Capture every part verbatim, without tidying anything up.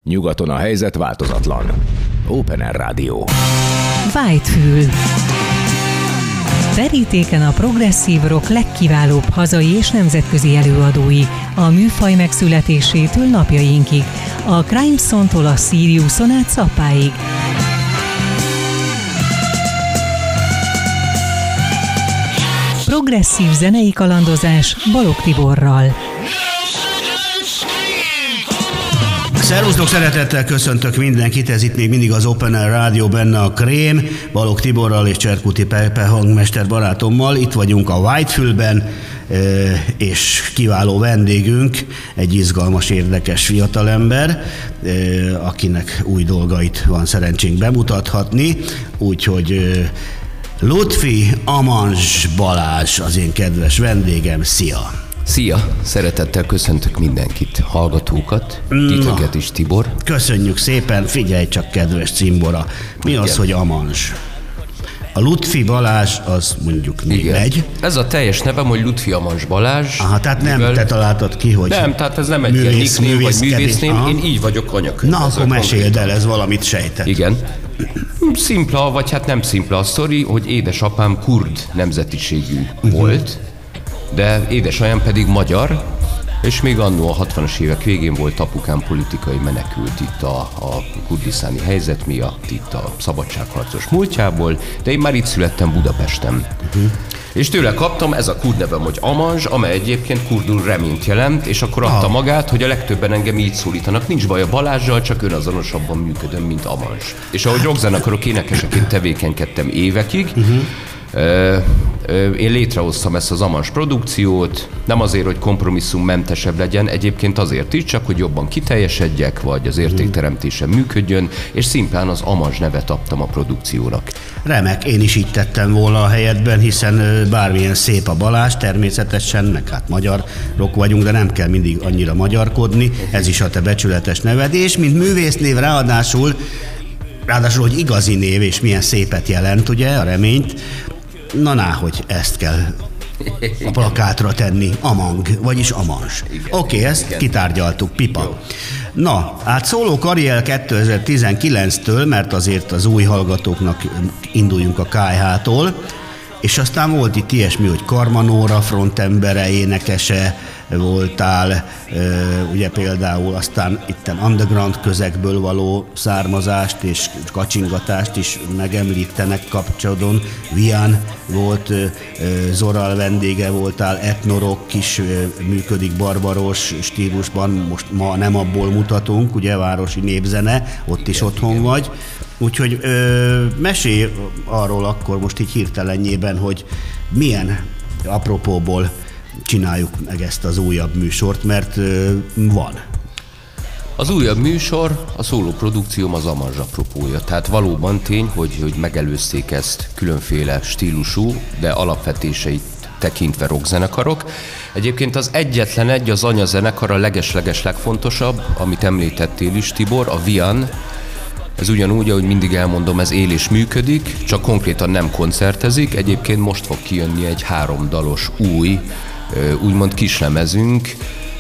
Nyugaton a helyzet változatlan. Open Air Rádió. Whitefül. Terítéken a progresszív rock legkiválóbb hazai és nemzetközi előadói, a műfaj megszületésétől napjainkig, a Crimeson-tól a Siriuson át Zappáig. Progresszív zenei kalandozás Balogh Tiborral. Szervusztok, szeretettel köszöntök mindenkit, ez itt még mindig az Open Air Rádió, benne a Krém, Balogh Tiborral és Cserkuti Pepe hangmester barátommal. Itt vagyunk a Whitefülben, és kiváló vendégünk, egy izgalmas, érdekes fiatalember, akinek új dolgait van szerencsénk bemutathatni, úgyhogy Lutfi Amanzs Balázs az én kedves vendégem, szia! Szia! Szeretettel köszöntök mindenkit, hallgatókat, titeket is, Tibor. Köszönjük szépen, figyelj csak, kedves cimbora, mi az, igen, hogy Amanzs? A Lutfi Balázs az mondjuk még megy. Ez a teljes nevem, hogy Lutfi Amanzs Balázs. Aha, tehát nem mivel... te találtad ki, hogy nem, tehát ez nem egy művész, ilyen nickname vagy művészném, én így vagyok anyakönyv. Na, akkor meséld el, ez valamit sejtett. Igen. Szimpla, vagy hát nem szimpla a sztori, hogy édesapám kurd nemzetiségű uh-huh. volt, de édesanyám pedig magyar, és még annó a hatvanas évek végén volt apukám politikai menekült itt a, a kurdisztáni helyzet miatt, itt a szabadságharcos múltjából, de én már itt születtem Budapesten. Uh-huh. És tőle kaptam, ez a kurd nevem, hogy Amanzs, amely egyébként kurdul reményt jelent, és akkor adta ah. magát, hogy a legtöbben engem így szólítanak. Nincs baj a Balázssal, csak önazonosabban működöm, mint Amanzs. És ahogy rockzenekarok énekeseként tevékenykedtem évekig, uh-huh. Én létrehoztam ezt az Amanzs produkciót, nem azért, hogy kompromisszummentesebb legyen, egyébként azért is, csak hogy jobban kiteljesedjek, vagy az értékteremtésen működjön, és szimplán az Amanzs nevet adtam a produkciónak. Remek, én is így tettem volna a helyedben, hiszen bármilyen szép a Balázs, természetesen, meg hát magyar rock vagyunk, de nem kell mindig annyira magyarkodni, ez is a te becsületes neved, és mint művésznév ráadásul, ráadásul, hogy igazi név, és milyen szépet jelent, ugye, a reményt. Na, ná, hogy ezt kell a plakátra tenni, Amang, vagyis Amanzs. Oké, okay, ezt igen. kitárgyaltuk, pipa. Jó. Na, hát szóló karrier kétezer-tizenkilenctől, mert azért az új hallgatóknak induljunk a ká há-tól, és aztán volt itt ilyesmi, hogy Karmanóra frontembere, énekese voltál, ugye például aztán itten underground közegből való származást és kacsingatást is megemlítenek kapcsolatban. Vian volt, Zoral vendége voltál, etnorok is működik barbaros stílusban, most ma nem abból mutatunk, ugye városi népzene, ott is otthon vagy. Úgyhogy ö, mesélj arról akkor most így hirtelenjében, hogy milyen apropóból csináljuk meg ezt az újabb műsort, mert ö, van. Az újabb műsor, a szóló produkcióm az Amanzs apropója. Tehát valóban tény, hogy, hogy megelőzték ezt különféle stílusú, de alapvetéseit tekintve rockzenekarok. Egyébként az egyetlen egy, az anyazenekar, a leges-leges legfontosabb, amit említettél is, Tibor, a Vian. Ez ugyanúgy, ahogy mindig elmondom, ez él és működik, csak konkrétan nem koncertezik. Egyébként most fog kijönni egy háromdalos új, úgymond kislemezünk,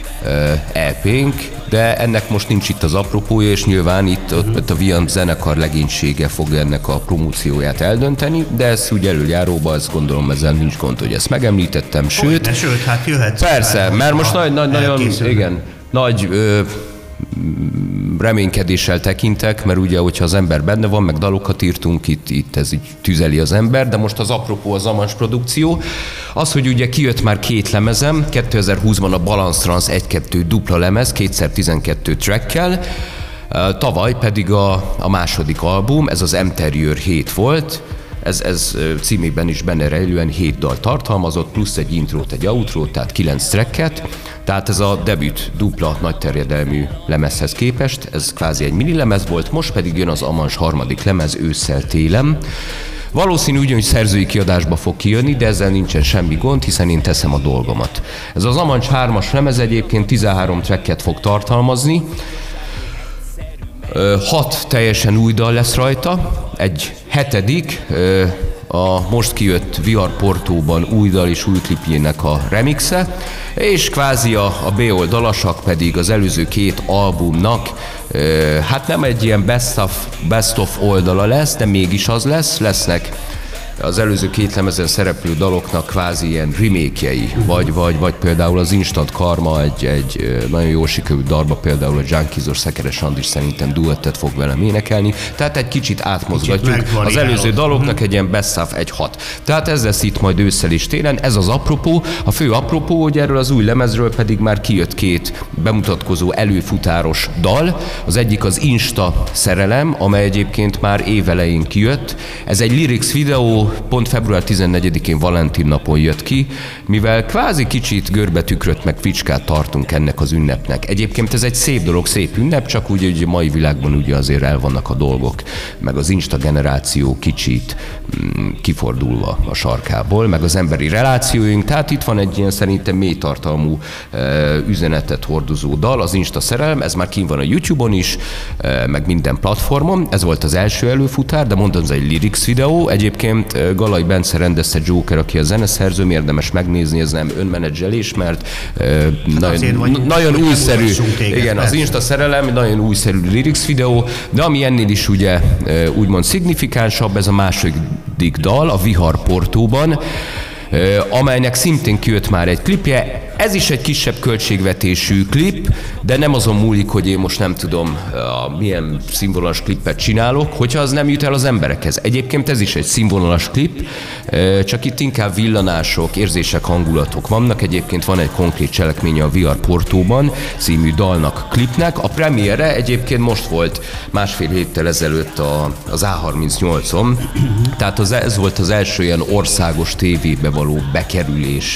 é pénk, de ennek most nincs itt az apropója, és nyilván itt, ott a Vian zenekar legénysége fog ennek a promócióját eldönteni, de ez úgy előjáróban, azt gondolom, ezzel nincs gond, hogy ezt megemlítettem, sőt... De sőt, hát jöhetsz. Persze, mert most nagy, nagy, nagyon, igen, nagy... Ö, reménykedéssel tekintek, mert ugye, hogyha az ember benne van, meg dalokat írtunk, itt, itt ez így tüzeli az ember, de most az apropó az Amanzs produkció. Az, hogy ugye kijött már két lemezem, kétezer-húszban a Balance Trance egy kettő dupla lemez, kétszer tizenkettő trackkel, tavaly pedig a, a második album, ez az Interior hét volt, Ez, ez címében is benne rejlően hét dal tartalmazott, plusz egy intrót, egy outrót, tehát kilenc tracket. Tehát ez a debüt dupla nagy terjedelmű lemezhez képest, ez kvázi egy mini lemez volt, most pedig jön az Amanzs harmadik lemez ősszel-télen. Valószínű úgy, hogy szerzői kiadásba fog kijönni, de ezzel nincsen semmi gond, hiszen én teszem a dolgomat. Ez az Amanzs hármas lemez egyébként tizenhárom tracket fog tartalmazni, hat teljesen új dal lesz rajta, egy hetedik, a most kijött vé er Portóban új dal és új klipjének a remixe, és kvázi a, a B oldalasak pedig az előző két albumnak hát nem egy ilyen best of, best of oldala lesz, de mégis az lesz, lesznek az előző két lemezen szereplő daloknak kvázi ilyen remake-jei, vagy, vagy, vagy például az Instant Karma egy, egy nagyon jól sikerült dalba, például a Junkies-os Szekeres Andris szerintem duettet fog velem énekelni, tehát egy kicsit átmozgatjuk kicsit az előző daloknak egy ilyen best of egy hat. Tehát ez lesz itt majd ősszel és télen, ez az apropó, a fő apropó, hogy erről az új lemezről pedig már kijött két bemutatkozó előfutáros dal, az egyik az Insta Szerelem, amely egyébként már évelején kijött, ez egy lyrics videó, pont február tizennegyedikén Valentin napon jött ki, mivel kvázi kicsit görbetükröt meg ficskát tartunk ennek az ünnepnek. Egyébként ez egy szép dolog, szép ünnep, csak úgy, hogy a mai világban ugye azért el vannak a dolgok, meg az Insta generáció kicsit mm, kifordulva a sarkából, meg az emberi relációink, tehát itt van egy ilyen szerintem mélytartalmú e, üzenetet hordozó dal, az Insta Szerelem, ez már kint van a YouTube-on is, e, meg minden platformon, ez volt az első előfutár, de mondom, ez egy lyrics videó, egyébként Galay Bence rendezte, Joker, aki a zeneszerző, érdemes megnézni, ez nem önmenedzselés, mert hát nagyon, vagyunk, nagyon újszerű, téged, igen, persze. Az Insta Szerelem, nagyon újszerű lyrics videó, de ami ennél is ugye úgymond szignifikánsabb, ez a második dal, a Vihar Portóban, amelynek szintén kijött már egy klipje. Ez is egy kisebb költségvetésű klip, de nem azon múlik, hogy én most nem tudom, milyen színvonalas klippet csinálok, hogyha az nem jut el az emberekhez. Egyébként ez is egy színvonalas klip, csak itt inkább villanások, érzések, hangulatok vannak. Egyébként van egy konkrét cselekménye a Vihar Portóban című dalnak, klipnek. A premiére egyébként most volt másfél héttel ezelőtt a, az á harmincnyolcon, tehát az, ez volt az első ilyen országos tévébe való bekerülés.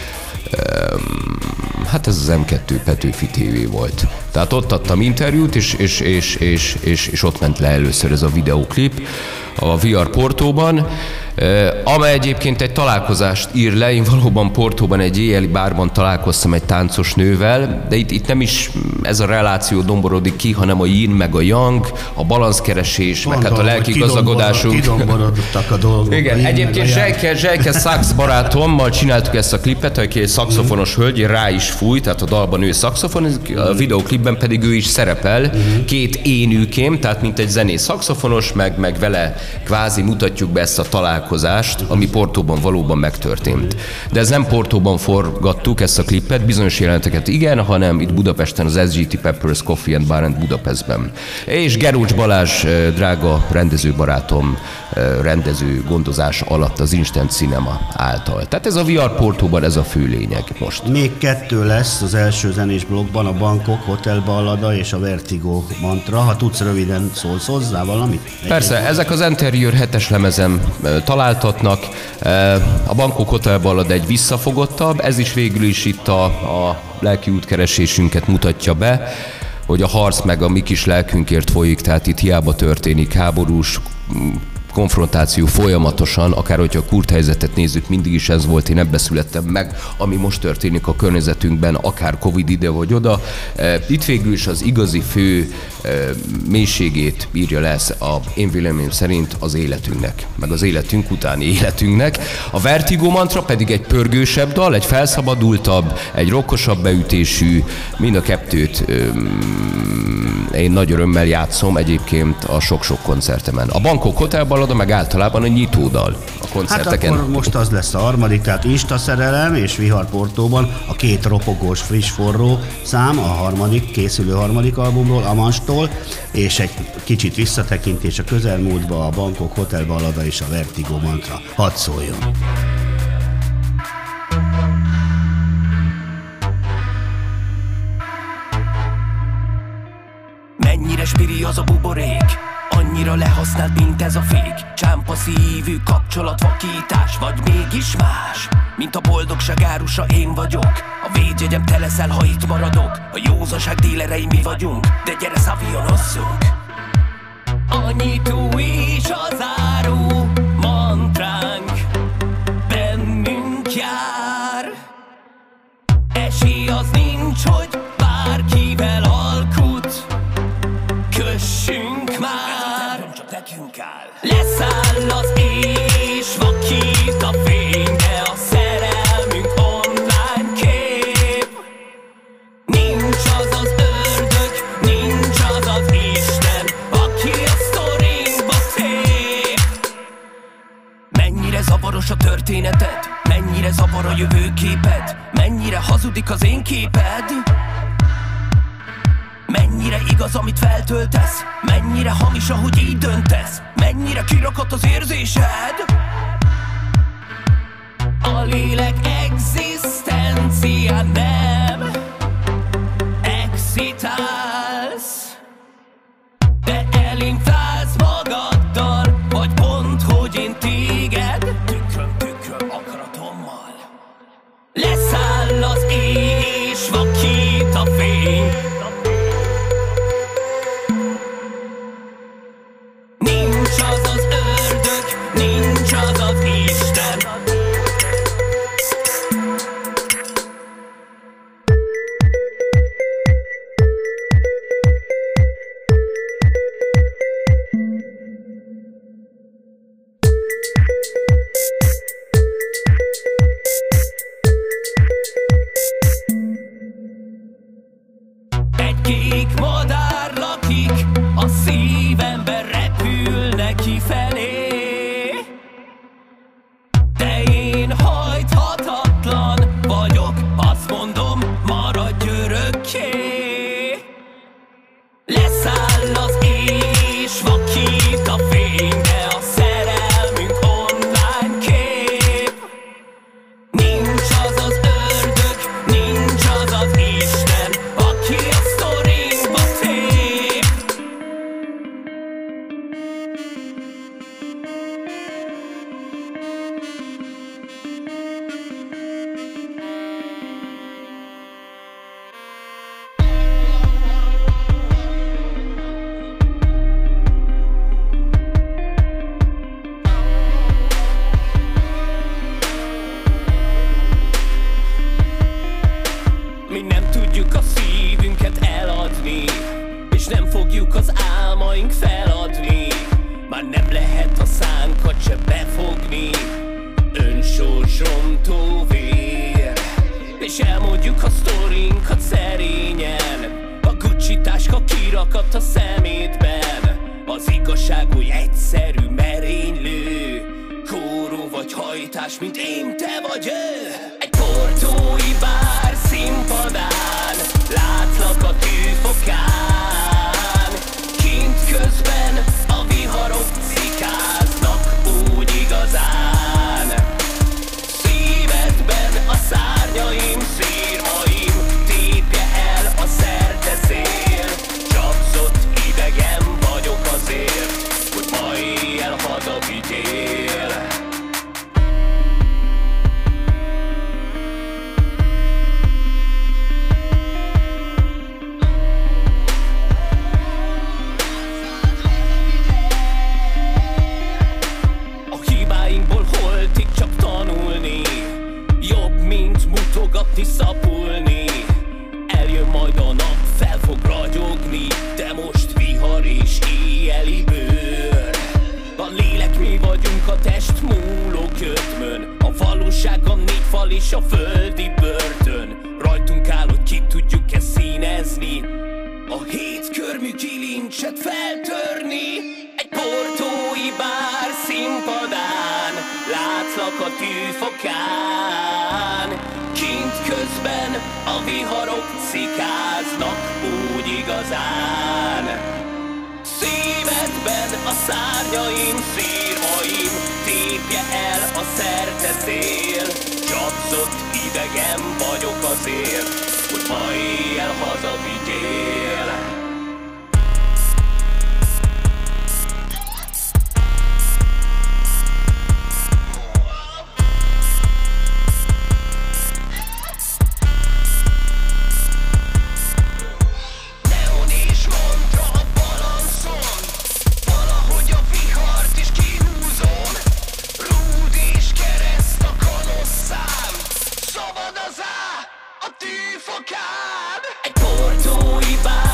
Hát ez az em kettő Petőfi té vé volt. Tehát ott adtam interjút, és, és, és, és, és, és ott ment le először ez a videóklip a Vihar Portóban, amely egyébként egy találkozást ír le. Én valóban Portóban egy éjjeli bárban találkoztam egy táncos nővel, de itt, itt nem is ez a reláció domborodik ki, hanem a yin meg a yang, a balanszkeresés, Mondom, meg hát a lelki gazdagodásunk. Kidomborodottak a dolgok. Igen, egyébként Zsejke, Zsejke szax barátommal csináltuk ezt a klipet, aki egy szaxofonos hölgy, rá is fúj, tehát a dalban ő szaxofon, a videóklipben pedig ő is szerepel, két énükém, tehát mint egy zenész szaxofonos, meg, meg vele kvázi mutatjuk be ezt a találkozást, ami Portóban valóban megtörtént. De ez nem Portóban forgattuk ezt a klipet, bizonyos jeleneteket igen, hanem itt Budapesten az es gé té Peppers Coffee and Bar and Budapestben. És Gerócs Balázs, drága rendezőbarátom, rendező gondozás alatt az Instant Cinema által. Tehát ez a Vihar Portóban, ez a fő lényeg most. Még kettő lesz az első zenés blokkban, a Bangkok Hotel Ballada és a Vertigo Mantra. Ha tudsz, röviden szólsz hozzá valamit? Persze, egy ezek az Interior hetes lemezem találtatnak. A Bangkok Hotel Ballada egy visszafogottabb, ez is végül is itt a, a lelki útkeresésünket mutatja be, hogy a harc meg a mi kis lelkünkért folyik, tehát itt hiába történik háborús konfrontáció folyamatosan, akár hogyha a kurd helyzetet nézzük, mindig is ez volt, én ebbe születtem meg, ami most történik a környezetünkben, akár Covid ide vagy oda. Itt végül is az igazi fő mélységét írja le a én véleményem szerint az életünknek, meg az életünk utáni életünknek. A Vertigo Mantra pedig egy pörgősebb dal, egy felszabadultabb, egy rockosabb beütésű, mind a kettőt én nagy örömmel játszom egyébként a sok-sok koncertemen. A Bangkok Hotel Ballada meg általában a nyitódal a koncerteken. Hát akkor most az lesz a harmadik, tehát Insta Szerelem és Vihar Portóban a két ropogós, friss, forró szám, a harmadik, készülő harmadik albumról, Amanstól, és egy kicsit visszatekintés a közelmúltba, a Bangkok Hotel Ballada és a Vertigo Mantra. Hadd szóljon! Mennyire spiri az a buborék, annyira lehasznált, mint ez a fék. Csámpa szívű kapcsolatvakítás, vagy mégis más? Mint a boldogság árusa én vagyok, a védjegyem te leszel, ha itt maradok. A józaság dílerei mi vagyunk, de gyere szavionozzunk. A nyitó és a záró mantránk bennünk jár. Esély az nincs, hogy bárkivel alkut kössünk már. Csak nekünk áll. Leszáll az és vakít a fény, de a szerelmünk online kép. Nincs az az ördög, nincs az az történeted? Mennyire zavar a jövőképed? Mennyire hazudik az én képed? Mennyire igaz, amit feltöltesz? Mennyire hamis, ahogy így döntesz? Mennyire kirakat az érzésed? A lélek egzisztencia nem excitálsz, de elinflálsz magaddal, vagy pont, hogy én téged tükröm, tükröm akaratommal. Leszáll az éj és vakít a fény. Nincs az az ördög, nincs az az Isten. Egy kék madár lakik a szívemben, repül neki felé, de én hajthatatlan vagyok, azt mondom, maradj örökké. Leszáll az éj és vakít a fény, de a szerelmünk online kép. Nincs az az ördög, nincs az az Isten, aki a sztorinkba tép. Mi nem tudjuk a szívünket eladni, és nem fogjuk az álmaink feladni. Már nem lehet a szánkat se befogni, önsorsrontó vér. És elmondjuk a sztorinkat szerényen, a Gucci táska kirakat a szemétben. Az igazság úgy egyszerű merénylő, kóró vagy hajtás, mint én, te vagy ő. Egy portói bár színpadán, látlak a tűfokán, kint közben a viharok szikáznak úgy igazán. Szívedben a szárnyaim, szírmaim, tépje el a szerteszél. Csapszott idegen vagyok azért, hogy ma éjjel hazavigyél. Holtig csak tanulni, jobb, mint mutogatni, szapulni. Eljön majd a nap, fel fog ragyogni, de most vihar és éjjeli bőr. A lélek mi vagyunk, a test múló kötmön, a valóság a négy fal és a földi börtön. Rajtunk áll, hogy ki tudjuk-e színezni, a hétkörmű kilincset feltörni. Egy portói bár színpadán, látlak a tűfokán, kint közben a viharok szikáznak úgy igazán. Szívedben a szárnyaim, szírmaim, tépje el a szerteszél. Csapszott idegen vagyok azért, hogy ma éjjel hazavigyél. Egy portói bár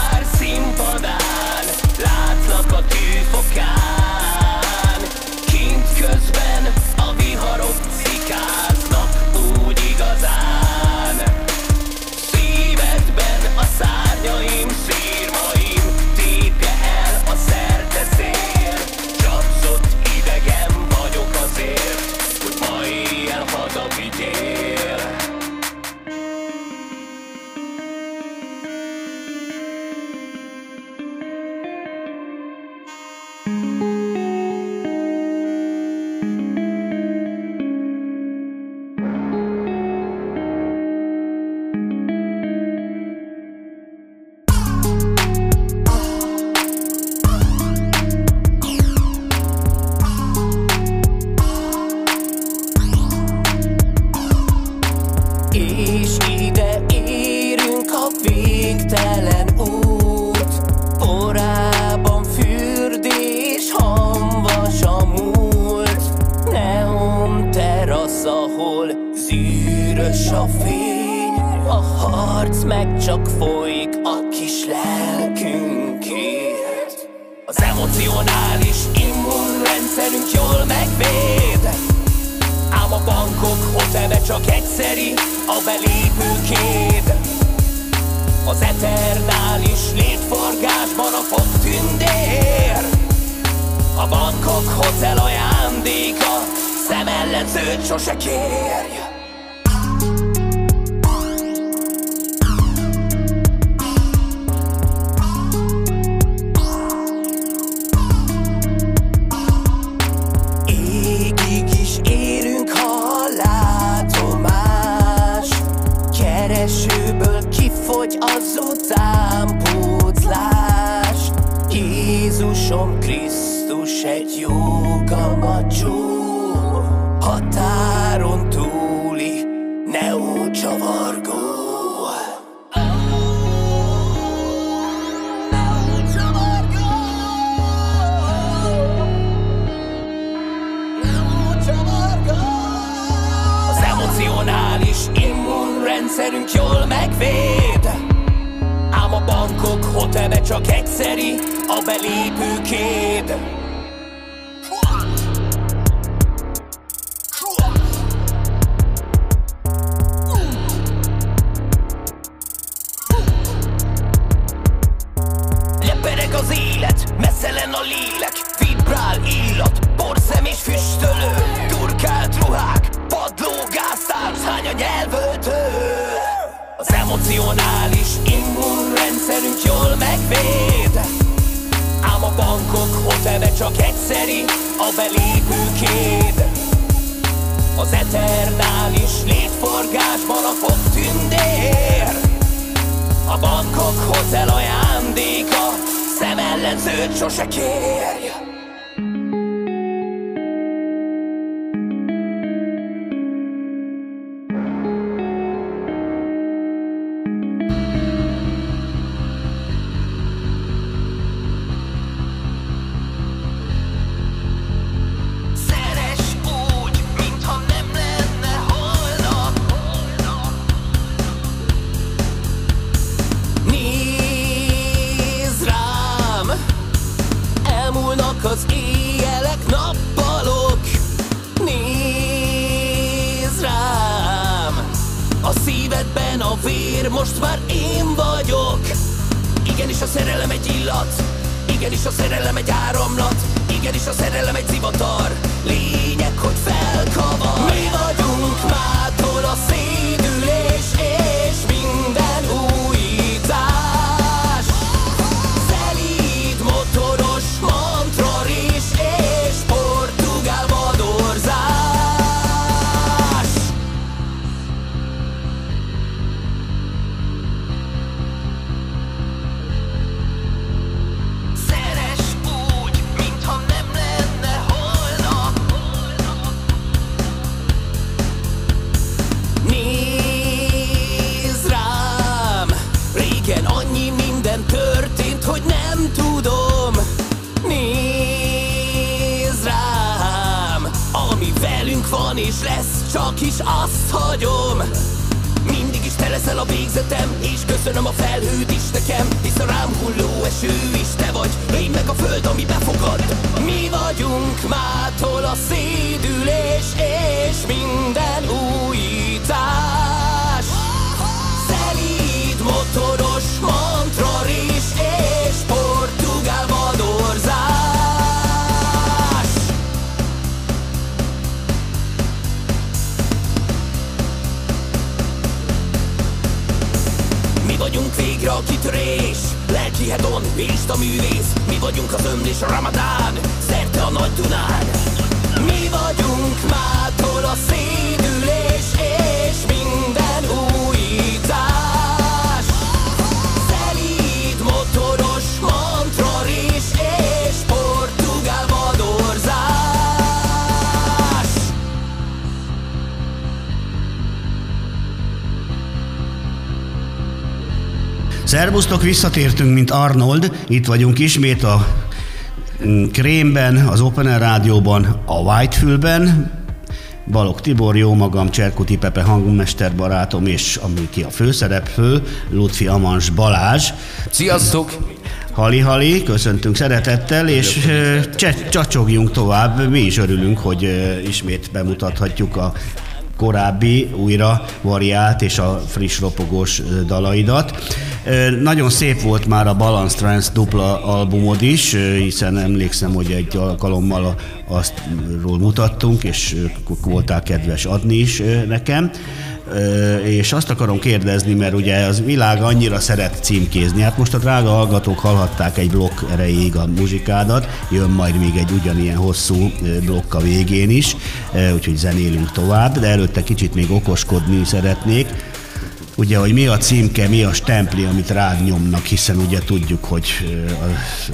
meg csak folyik a kis lelkünkért. Az emocionális immunrendszerünk jól megvéd, ám a bankok hotele csak egyszeri a belépőkéd. Az eternális létforgásban a fogtündér, a bankok hotel ajándéka, szemellenzőt sose kérj. Égig is érünk, ha látomás, keresőből kifogy az utánpótlás. Jézusom Krisztus egy jó kamacsú, határon túli neócsavargó. Az emocionális immunrendszerünk jól megvéd, ám a bankok hotele csak egyszeri a belépőkéd. Lepereg az élet, messzelen a lélek, vibrál illat, porszem és füstölő, turkált ruhák, padló, gáztárc, hány a nyelvöltő. Az emocionális immunrendszerünk jól megvéd, ám a bankok hotele csak egyszeri a belépőkéd. Az eternális létforgásban a fogtündér, a bankok hotel ajándéka, szemellenzőt sose kérj. Az éjjelek, nappalok, nézd rám. A szívedben a vér, most már én vagyok. Igenis a szerelem egy illat, igenis a szerelem egy áramlat, igenis a szerelem egy zivatar, lényeg, hogy felkavar. Mi vagyunk mától a szédülés és minden újítás. Szelíd motoros mantraris és portugál vadorzás. Szeress úgy, mintha nem lenne holnap. Nézd rám, régen annyi minden történt, hogy nem tudom. Nézd rám, ami velünk van és lesz, csak is azt hagyom. Mindig is te leszel a végzetem, és köszönöm a felhőt is nekem, hisz a rám hulló eső is te vagy, én meg a föld, ami befogad. Mi vagyunk mától a szédülés és minden újítás. Szelíd motoros mantraris és portugál vadorzás. Mi vagyunk végre a kitörés, lelki hedon, Ista művész. Mi vagyunk az ömlés, a ramadán, szerte a nagy Dunán. Mi vagyunk mától a szédülés és minden újítás. Szelíd motoros mantraris és portugál vadorzás. Szerbusztok, visszatértünk, mint Arnold. Itt vagyunk ismét a Krémben, az Open Air Rádióban, a Whitefülben. Balogh Tibor, jó magam, Cserkuti Pepe hangmester barátom, és aki a főszereplő, Lutfi Amans Balázs. Sziasztok! Hali-hali, köszöntünk szeretettel, és cse- csacsogjunk tovább. Mi is örülünk, hogy ismét bemutathatjuk a korábbi, újra variált és a friss ropogós dalaidat. Nagyon szép volt már a Balance Trance dupla albumod is, hiszen emlékszem, hogy egy alkalommal aztról mutattunk, és voltál kedves adni is nekem. És azt akarom kérdezni, mert ugye az világ annyira szeret címkézni. Hát most a drága hallgatók hallhatták egy blokk erejéig a muzsikádat, jön majd még egy ugyanilyen hosszú blokk a végén is, úgyhogy zenélünk tovább, de előtte kicsit még okoskodni szeretnék. Ugye, hogy mi a címke, mi a stempli, amit rád nyomnak, hiszen ugye tudjuk, hogy a,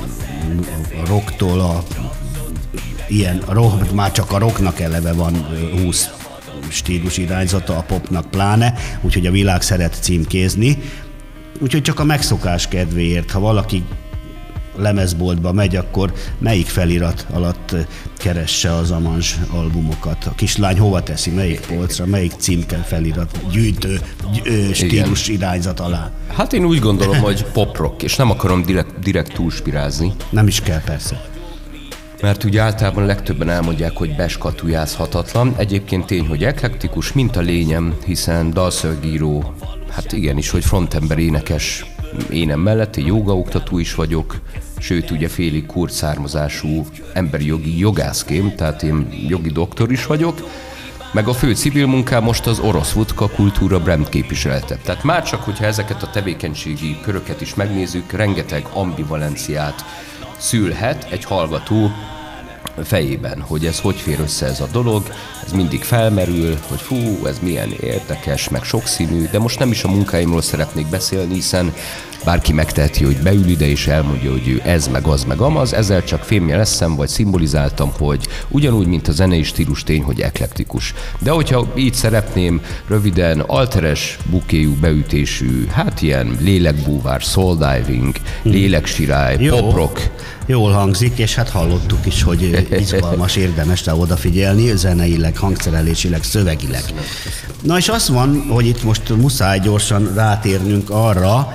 a rocktól a ilyen, a rock, már csak a rocknak eleve van húsz stílus irányzata, a popnak pláne, úgyhogy a világ szeret címkézni. Úgyhogy csak a megszokás kedvéért, ha valaki lemezboltba megy, akkor melyik felirat alatt keresse az Amans albumokat? A kislány hova teszi, melyik polcra, melyik címke felirat, gyűjtő stílus igen. irányzat alá? Hát én úgy gondolom, hogy pop-rock, és nem akarom direkt, direkt túlspirázni. Nem is kell, persze. Mert ugye általában legtöbben elmondják, hogy beskatujázhatatlan. Egyébként tény, hogy eklektikus, mint a lényem, hiszen dalszövegíró, hát igenis, hogy frontember énekes, énem mellett, én jogaoktató is vagyok, sőt ugye félig kurd származású emberi jogi jogászként, tehát én jogi doktor is vagyok, meg a fő civil munkám most az orosz vodka kultúra brand képviselete. Tehát már csak, hogyha ezeket a tevékenységi köröket is megnézzük, rengeteg ambivalenciát szülhet egy hallgató fejében, hogy ez hogy fér össze ez a dolog, ez mindig felmerül, hogy fú, ez milyen érdekes, meg sokszínű, de most nem is a munkáimról szeretnék beszélni, hiszen bárki megteheti, hogy beül ide és elmondja, hogy ő ez, meg az, meg amaz, ezzel csak fémjeleztem, vagy szimbolizáltam, hogy ugyanúgy, mint a zenei stílus tény, hogy eklektikus. De hogyha így szeretném, röviden alteres, bukéjú beütésű, hát ilyen lélekbúvár, soul diving, léleksirály, pop-rock. Jól hangzik, és hát hallottuk is, hogy izgalmas, érdemes rá odafigyelni, zeneileg, hangszerelésileg, szövegileg. Na és az van, hogy itt most muszáj gyorsan rátérnünk arra,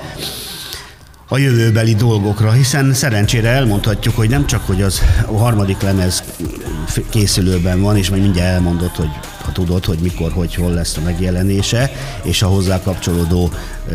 a jövőbeli dolgokra, hiszen szerencsére elmondhatjuk, hogy nem csak, hogy az a harmadik lemez készülőben van, és majd mindjárt elmondod, hogy ha tudod, hogy mikor, hogy, hol lesz a megjelenése, és a hozzá kapcsolódó,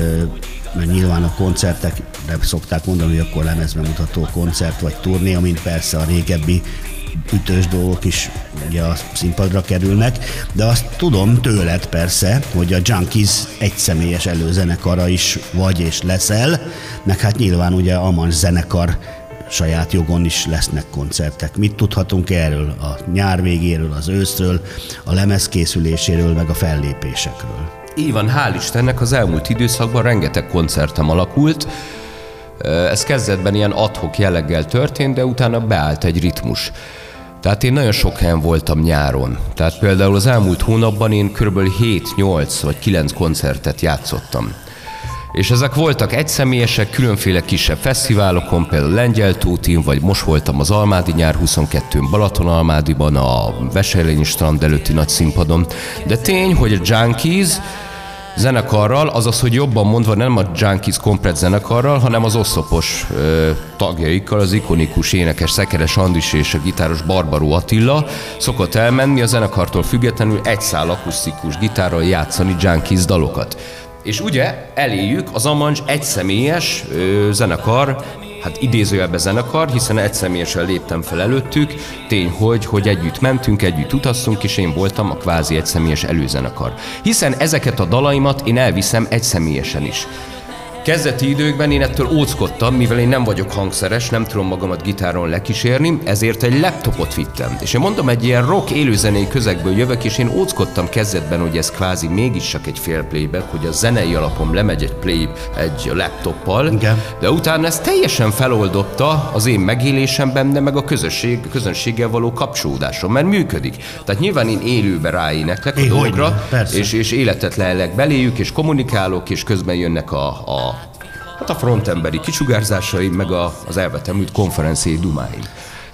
mert nyilván a koncertekre szokták mondani, hogy akkor lemezbemutató koncert vagy turné, amint persze a régebbi ütős dolgok is ugye a színpadra kerülnek, de azt tudom tőled persze, hogy a Junkies egyszemélyes előzenekara is vagy és leszel, meg hát nyilván ugye Amans zenekar saját jogon is lesznek koncertek. Mit tudhatunk erről a nyár végéről, az őszről, a lemez készüléséről, meg a fellépésekről? Így van, hál' Istennek az elmúlt időszakban rengeteg koncertem alakult. Ez kezdetben ilyen ad-hoc jelleggel történt, de utána beállt egy ritmus. Tehát én nagyon sok helyen voltam nyáron. Tehát például az elmúlt hónapban én kb. hét, nyolc vagy kilenc koncertet játszottam. És ezek voltak egyszemélyesek, különféle kisebb fesztiválokon, például Lengyel Tótin, vagy most voltam az Almádi nyár huszonkettőn Balatonalmádiban, a Veselényi strand előtti nagy színpadon. De tény, hogy a Junkies zenekarral, azaz, hogy jobban mondva nem a Junkies komplett zenekarral, hanem az oszlopos ö, tagjaikkal, az ikonikus énekes Szekeres Andris és a gitáros Barbaró Attila szokott elmenni a zenekartól függetlenül egy szál akusztikus gitárral játszani Junkies dalokat. És ugye eléjük az Amans egyszemélyes ö, zenekar, hát idézőjelben zenekar, hiszen egyszemélyesen léptem fel előttük, tény, hogy, hogy együtt mentünk, együtt utaztunk, és én voltam a kvázi egyszemélyes előzenekar. Hiszen ezeket a dalaimat én elviszem egyszemélyesen is. Kezdeti időkben én ettől óckodtam, mivel én nem vagyok hangszeres, nem tudom magamat gitáron lekísérni, ezért egy laptopot vittem. És én mondom, egy ilyen rock élőzenei közegből jövök, és én óckodtam kezdetben, hogy ez kvázi mégis csak egy fél playback, hogy a zenei alapon lemegy egy play egy laptoppal, igen. De utána ez teljesen feloldotta az én megélésemben, de meg a közösség, közönséggel való kapcsolódásom, mert működik. Tehát nyilván én élőben ráéneklek a dolgokra, és, és életet lelek beléjük, és kommunikálok, és közben jönnek a, a Hát a frontemberi kisugárzásaim, meg a, az elvetemült konferenciai dumáim.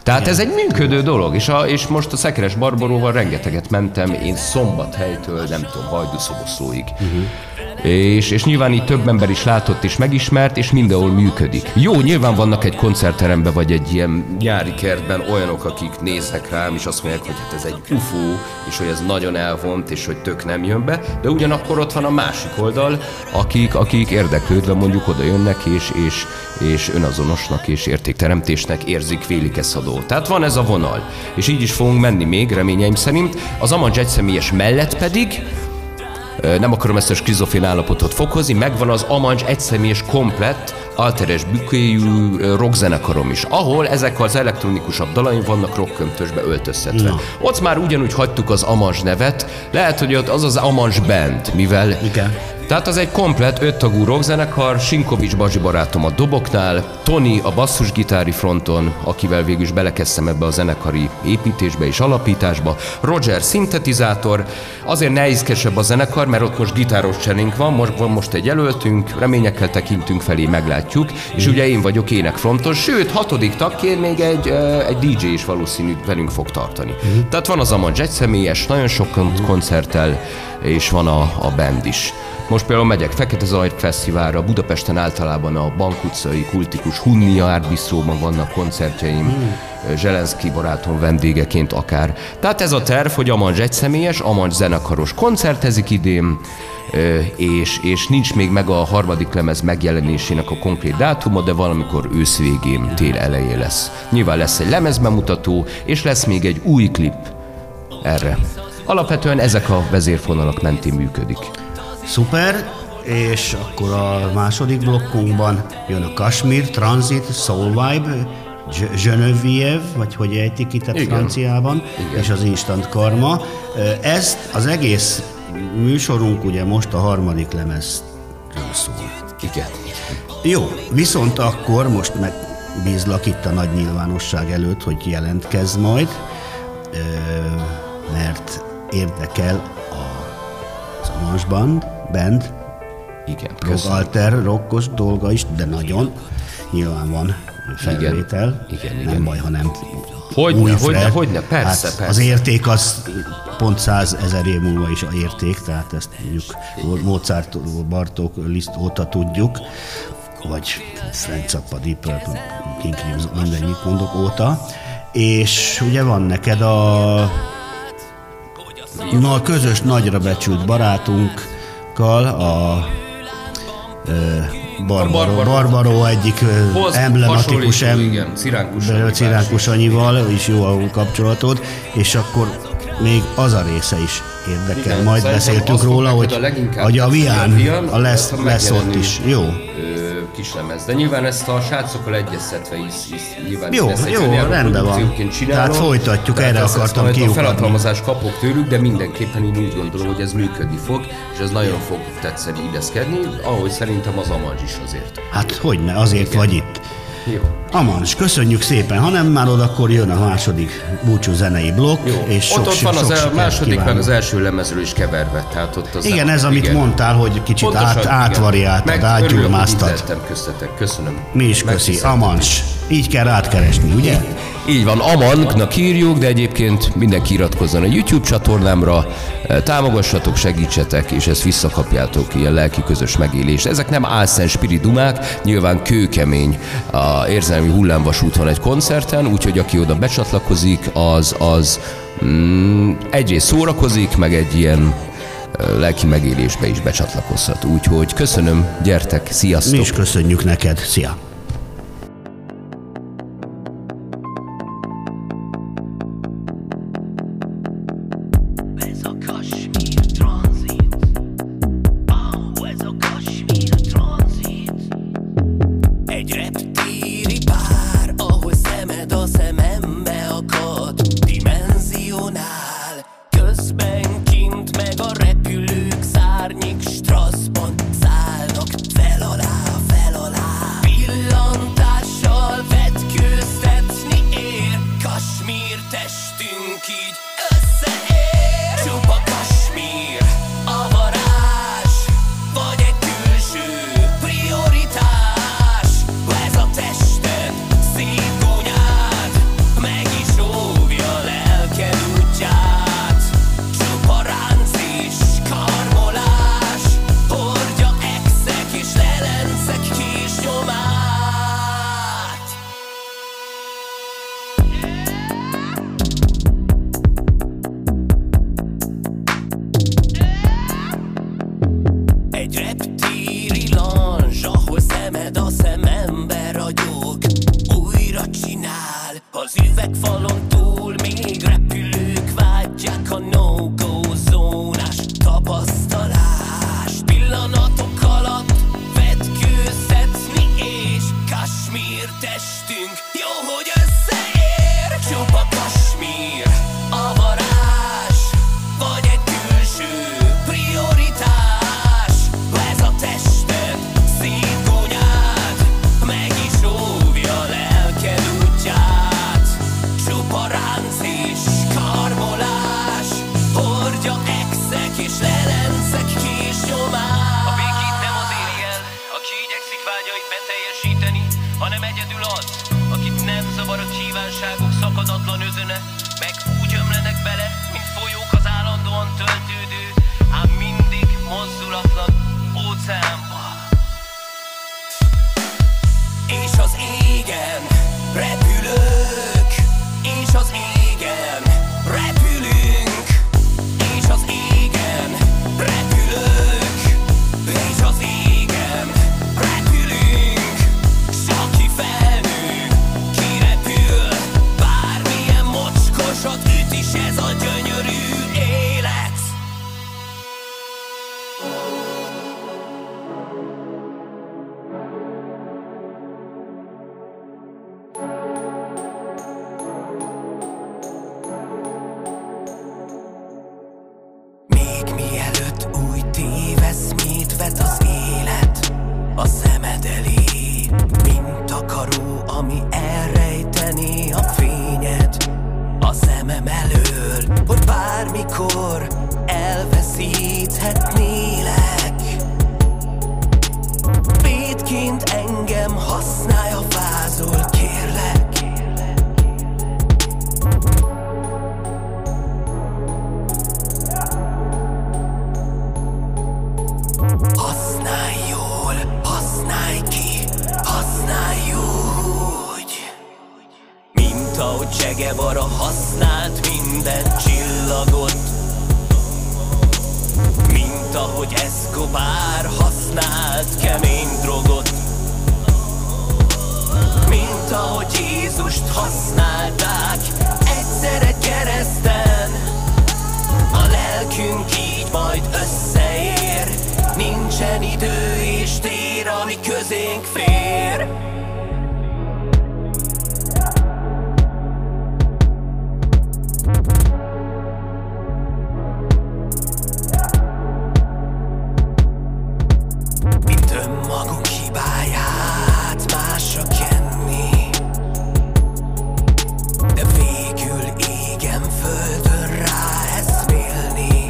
Tehát Igen. ez egy működő dolog, és, a, és most a Szekeres Barbaróval rengeteget mentem, én Szombathelytől, nem tudom, Hajdú-Szoboszlóig. Uh-huh. És, és nyilván így több ember is látott és megismert, és mindenhol működik. Jó, nyilván vannak egy koncertteremben, vagy egy ilyen nyári kertben olyanok, akik néznek rám, és azt mondják, hogy hát ez egy ufó, és hogy ez nagyon elvont, és hogy tök nem jön be, de ugyanakkor ott van a másik oldal, akik, akik érdeklődve mondjuk oda jönnek, és, és, és önazonosnak és értékteremtésnek érzik, vélik ezt a dolgot. Tehát van ez a vonal, és így is fogunk menni még, reményeim szerint. Az Amancs egyszemélyes mellett pedig, nem akarom ezt a skizofrén állapotot fokozni, megvan az Amancs egyszemélyes komplett, alteres bükéjű rockzenekarom is, ahol ezek az elektronikusabb dalaim vannak rockköntösbe öltöztetve. No. Ott már ugyanúgy hagytuk az Amancs nevet, lehet, hogy ott az az Amancs Band, mivel... Igen. Tehát az egy komplett öttagú rockzenekar, Sinkovics Bazsi barátom a doboknál, Toni a basszusgitári fronton, akivel végül is belekezdtem ebbe a zenekari építésbe és alapításba, Roger szintetizátor, azért nehézkesebb a zenekar, mert ott most gitáros cserénk van, most van most egy jelöltünk, reményekkel tekintünk felé, meglátjuk, mm. és ugye én vagyok énekfrontos, sőt, hatodik tagként még egy, egy dé dzsé is valószínű velünk fog tartani. Mm. Tehát van az Amancs egyszemélyes, nagyon sok mm. koncerttel, és van a, a band is. Most például megyek Fekete Zaj Fesztiválra, Budapesten általában a Bank utcai kultikus Hunnia Art Bistróban vannak koncertjeim, mm. Zselenszky barátom vendégeként akár. Tehát ez a terv, hogy Amancs egyszemélyes, Amancs zenekaros koncertezik idén, és, és nincs még meg a harmadik lemez megjelenésének a konkrét dátuma, de valamikor ősz végén, tél elején lesz. Nyilván lesz egy lemezbemutató, és lesz még egy új klip erre. Alapvetően ezek a vezérfonalak mentén működik. Szuper, és akkor a második blokkunkban jön a Kashmir, Transit, Soul Vibe, Genevieve, vagy hogy ejtik itt a franciában, Igen. és az Instant Karma. Ezt az egész műsorunk ugye most a harmadik lemezről szól. Igen. Jó, viszont akkor most megbízlak itt a nagy nyilvánosság előtt, hogy jelentkezz majd, mert érdekel az Amancs Band, band, Igen, rock alter, rockos dolga is, de nagyon. Nyilván van felvétel, igen, igen, nem igen. baj, ha nem Hogyne, új hogyne, Fred. hogyne, persze, hát persze. Az érték az pont százezer év múlva is a érték, tehát ezt mondjuk Mozart, Bartók, Liszt óta tudjuk, vagy Frank Zappa, Deep Purple, King Crimson, mindennyit mondok óta. És ugye van neked a na, közös nagyra becsült barátunkkal, a Barbaró, Barbaró egyik Hoz, emblematikus em, Ciránkus Anyival is jó a kapcsolatod, és akkor még az a része is érdekel. Igen, majd beszéltünk róla, hogy a, hogy a Vián a lesz, lesz ott is. Jó. Kislemez. De nyilván ezt a srácokkal egyeztetve is, is nyilván jó, lesz egy jó, rendben van. Tehát folytatjuk, erre ezt, akartam kiukadni. A felhatalmazást kapok tőlük, de mindenképpen én úgy gondolom, hogy ez működni fog, és ez nagyon fog tetszeni, illeszkedni, ahogy szerintem az Amancs is azért. Hát hogyne, azért Igen. vagy itt. Jó. Amancs, köszönjük szépen, ha nem már oda, akkor jön a második búcsú zenei blokk, jó. és sok, ott, ott van sok, az sok a második, kívánok. Meg az első lemezről is keverve. Tehát ott az igen, nem, ez, amit igen. mondtál, hogy kicsit át, átvariáltad, átgyurmáztad. Meg köztetek, köszönöm. Mi is köszi, Amancs. Így kell átkeresni, ugye? Így van, Amancnak írjuk, de egyébként mindenki iratkozzon a YouTube csatornámra, támogassatok, segítsetek, és ezt visszakapjátok, ilyen lelki közös megélés. Ezek nem álszent spiridumák, nyilván kőkemény a érzelmi hullámvasút van egy koncerten, úgyhogy aki oda becsatlakozik, az, az mm, egyrészt szórakozik, meg egy ilyen lelki megélésbe is becsatlakozhat. Úgyhogy köszönöm, gyertek, sziasztok! Mi is köszönjük neked, szia! Meg Jó, hogy összeér, csupa kasmír, a varázs, vagy egy külső prioritás. Ez a tested, szívgónyád, meg is óvja lelked útját. Csupa ránc és karmolás, hordja exek és lelencek késnyomás. A békét nem az éri el, aki igyekszik vágyait beteljesíteni, hanem egyedül az, akit nem zavar a kívánságok szakadatlan özöne, meg úgy ömlenek bele, mint folyók az állandóan töltődő, ám mindig mozdulatlan óceánba. És az égen repülök, és az égen repülünk, és az égen repülök, és az égen repülünk. S aki felnő, kirepül, bármilyen mocskosat üt is ez a gyönyörű élet. Még mielőtt új téveszmét vet az élet a szemed elé, mint takaró, ami elrejteni a fényed a szemem elől, hogy bármikor elveszíthetnélek. Védként engem használj, ha vázol, kérlek. Használj jól, használj ki, használj úgy. Mint ahogy Che Guevara használt minden csillagot, mint ahogy Escobar használt kemény drogot, mint ahogy Jézust használták egyszer egy kereszten. A lelkünk így majd összeér, nincsen idő és tér, ami közénk fér. Mint önmagunk hibáját másra kenni, de végül égen földön rá eszmélni.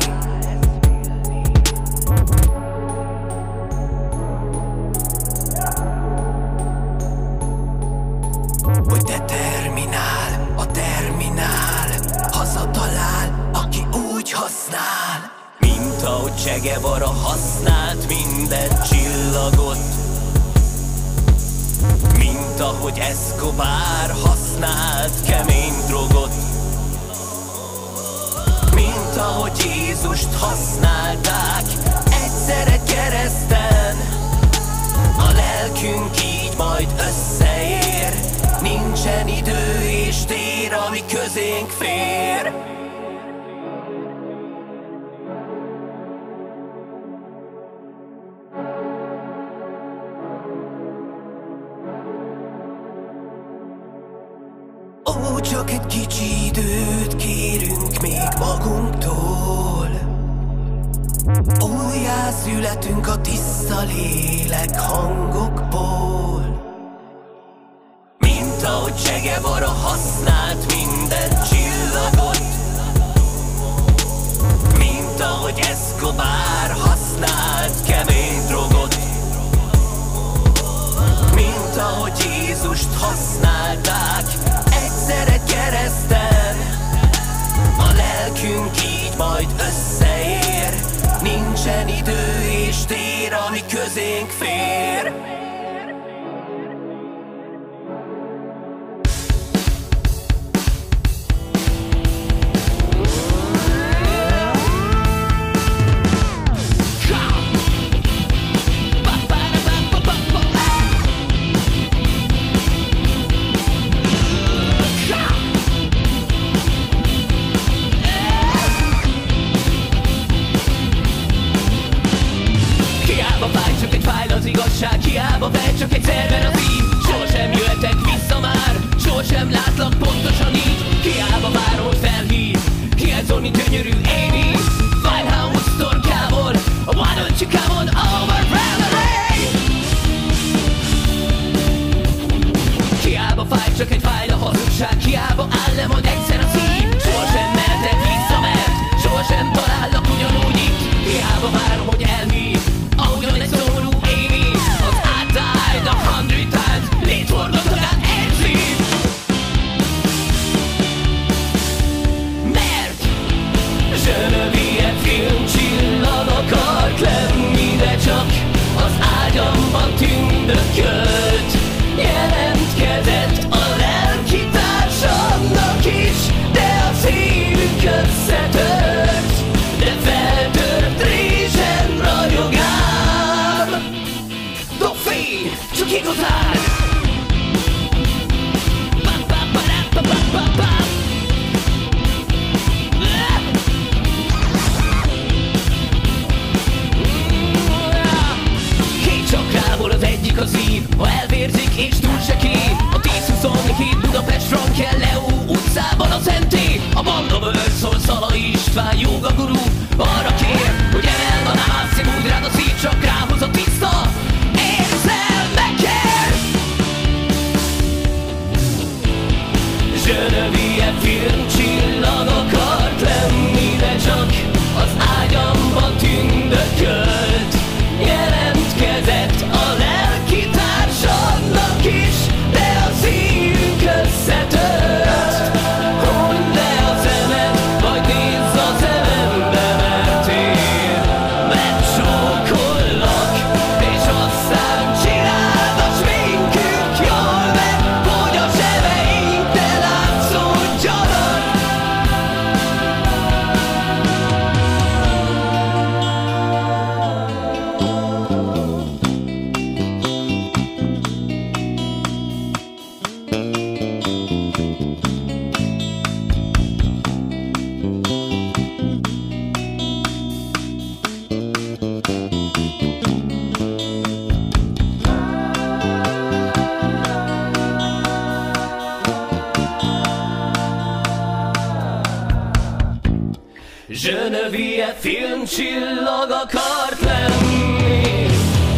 Hogy determinál, a terminál, hazatalál, aki úgy használ. Mint ahogy Che Guevara használt minden csillagot, mint ahogy Escobar használt kemény drogot, mint ahogy Jézust használták egyszer egy kereszten. A lelkünk így majd összeér, nincsen idő és tér, ami közénk fér. Ó, csak egy kicsi időt kérünk még magunktól. Újjászületünk a tiszta lélek hangokból. Mint ahogy Che Guevara használt minden csillagot, mint ahogy Escobar használt kemény drogot, mint ahogy Jézust használták egyszer egy kereszten. A lelkünk így majd összeér, nincsen idő és tér, ami közénk fér. István jóga gurú arra kér, hogy emeld a nászimúd rád a szívcsakrához a tiszta érzelmekért. Genevieve filmcsillag akart lenni, de csak az ágyamba tündökölt. Jelentkezett a lelki társadnak is, de a szívünk összetört. Hundd le a szemed, vagy nézz a szemembe, mert én megcsókollak, és aztán csináld a sminkünk jól meg, hogy a sebeink ne látszódjanak. Genevieve filmcsillag akart lenni.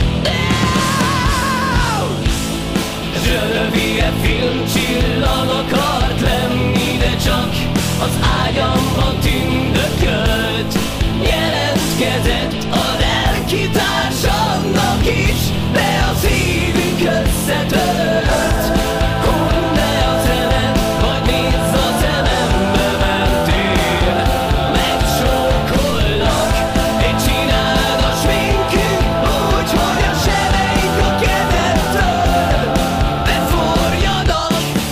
Genevieve filmcsillag akart lenni, de csak az ágyamba tündökölt. Jelentkezett a lelki társamnak is, de a szívünk összetört. Hundd le a szemed, vagy nézz a szemembe, mert én megcsókollak, és csináld a sminkünk úgy, hogy a sebeink a kezedtől beforjanak.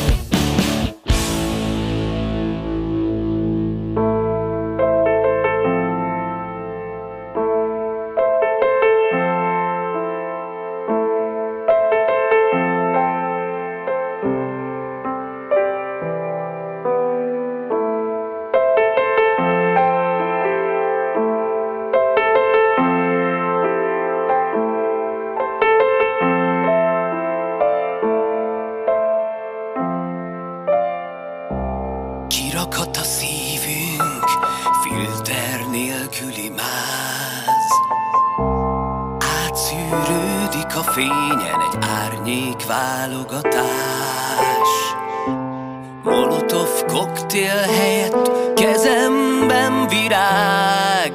Kirakhat a szívünk filter nélküli máz. Átszűrődik a fényen egy árnyék válogatás. Molotov koktél helyett kezemben virág.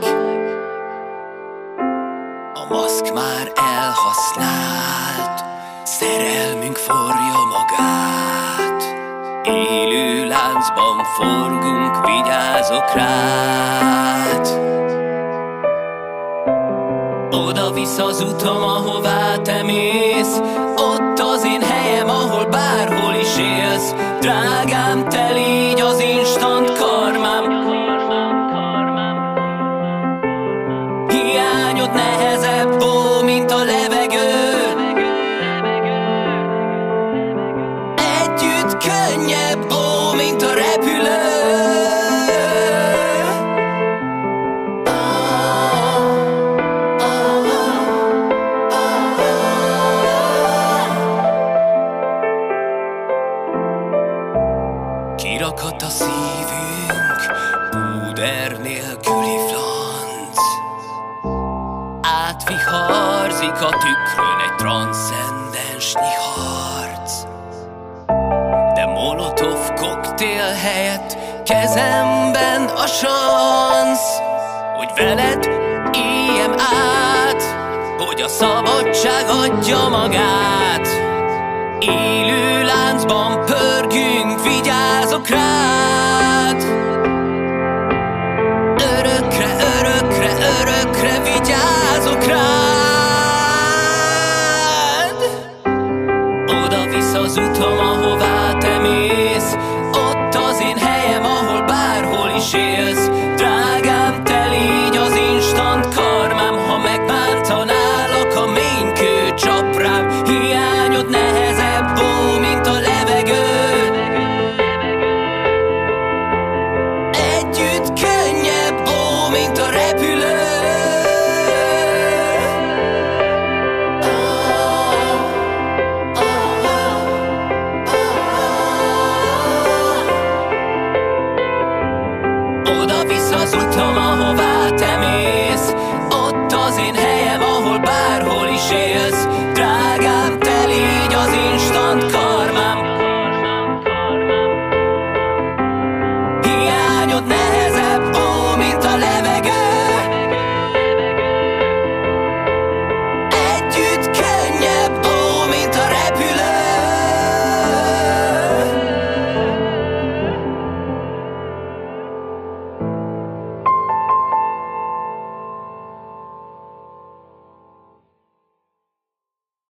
A maszk már elhasznált, szerelmünk forja magát. Élő láncban forgunk, vigyázok rád. Oda visz az utam, ahová te mész. Ott az én helyem, ahol bárhol is élsz. Drágám, te légy az instant karmám. Hiányod nehezebb, ó, mint a levegő. Együtt könnyebb, ó, mint a repülő. Kirakhat a szívünk púder nélküli flanc. Átviharzik a tükrön egy transzcendensnyi harc. De molotov koktél helyett kezemben a sansz, hogy veled éljem át, hogy a szabadság adja magát. Élő láncban pörgünk, vigyázok rád. Örökre, örökre, örökre vigyázok rád. Oda visz az utam, ahová te mész. Ott az én helyem, ahol bárhol is élsz. Drágám, te légy az instant karmám. Ha megbántanálak, a ménykő csap rám. Hiányod nehezebb, ó, mint a levegő. oda-vissza az utam, ahová te